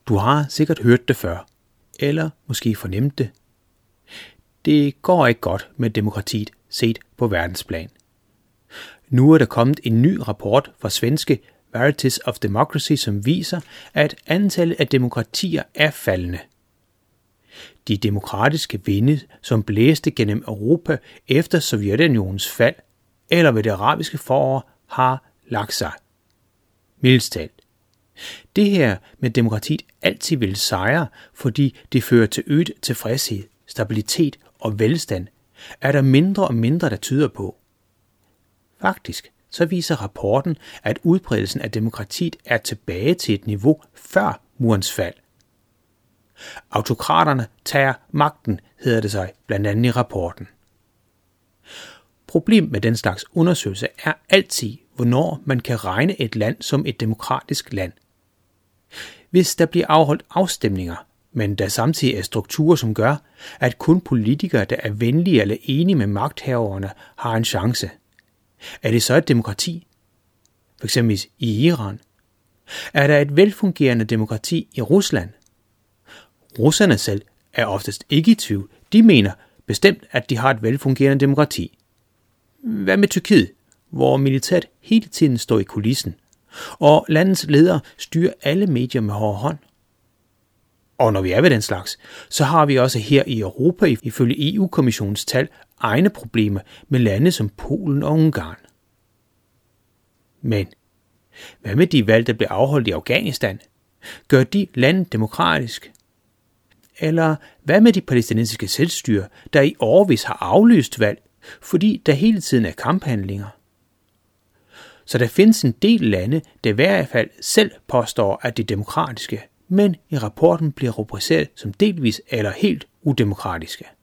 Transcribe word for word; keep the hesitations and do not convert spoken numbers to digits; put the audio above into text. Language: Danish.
Du har sikkert hørt det før, eller måske fornemt det. Det går ikke godt med demokratiet set på verdensplan. Nu er der kommet en ny rapport fra svenske Varieties of Democracy, som viser, at antallet af demokratier er faldende. De demokratiske vinde, som blæste gennem Europa efter Sovjetunionens fald eller ved det arabiske forår, har lagt sig. Mildest talt. Det her med demokratiet altid vil sejre, fordi det fører til øget tilfredshed, stabilitet og velstand, er der mindre og mindre, der tyder på. Faktisk så viser rapporten, at udbredelsen af demokratiet er tilbage til et niveau før murens fald. Autokraterne tager magten, hedder det sig blandt andet i rapporten. Problemet med den slags undersøgelse er altid, hvornår man kan regne et land som et demokratisk land. Hvis der bliver afholdt afstemninger, men der samtidig er strukturer, som gør, at kun politikere, der er venlige eller enige med magthaverne, har en chance. Er det så et demokrati? For eksempel i Iran. Er der et velfungerende demokrati i Rusland? Russerne selv er oftest ikke i tvivl. De mener bestemt, at de har et velfungerende demokrati. Hvad med Tyrkiet, hvor militæret hele tiden står i kulissen, og landets ledere styrer alle medier med hård hånd? Og når vi er ved den slags, så har vi også her i Europa ifølge E U-kommissionens tal egne problemer med lande som Polen og Ungarn. Men hvad med de valg, der blev afholdt i Afghanistan? Gør de landet demokratisk? Eller hvad med de palæstinensiske selvstyre, der i årevis har aflyst valg, fordi der hele tiden er kamphandlinger? Så der findes en del lande, der i hvert fald selv påstår, at de er demokratiske, men i rapporten bliver rubriceret som delvis eller helt udemokratiske.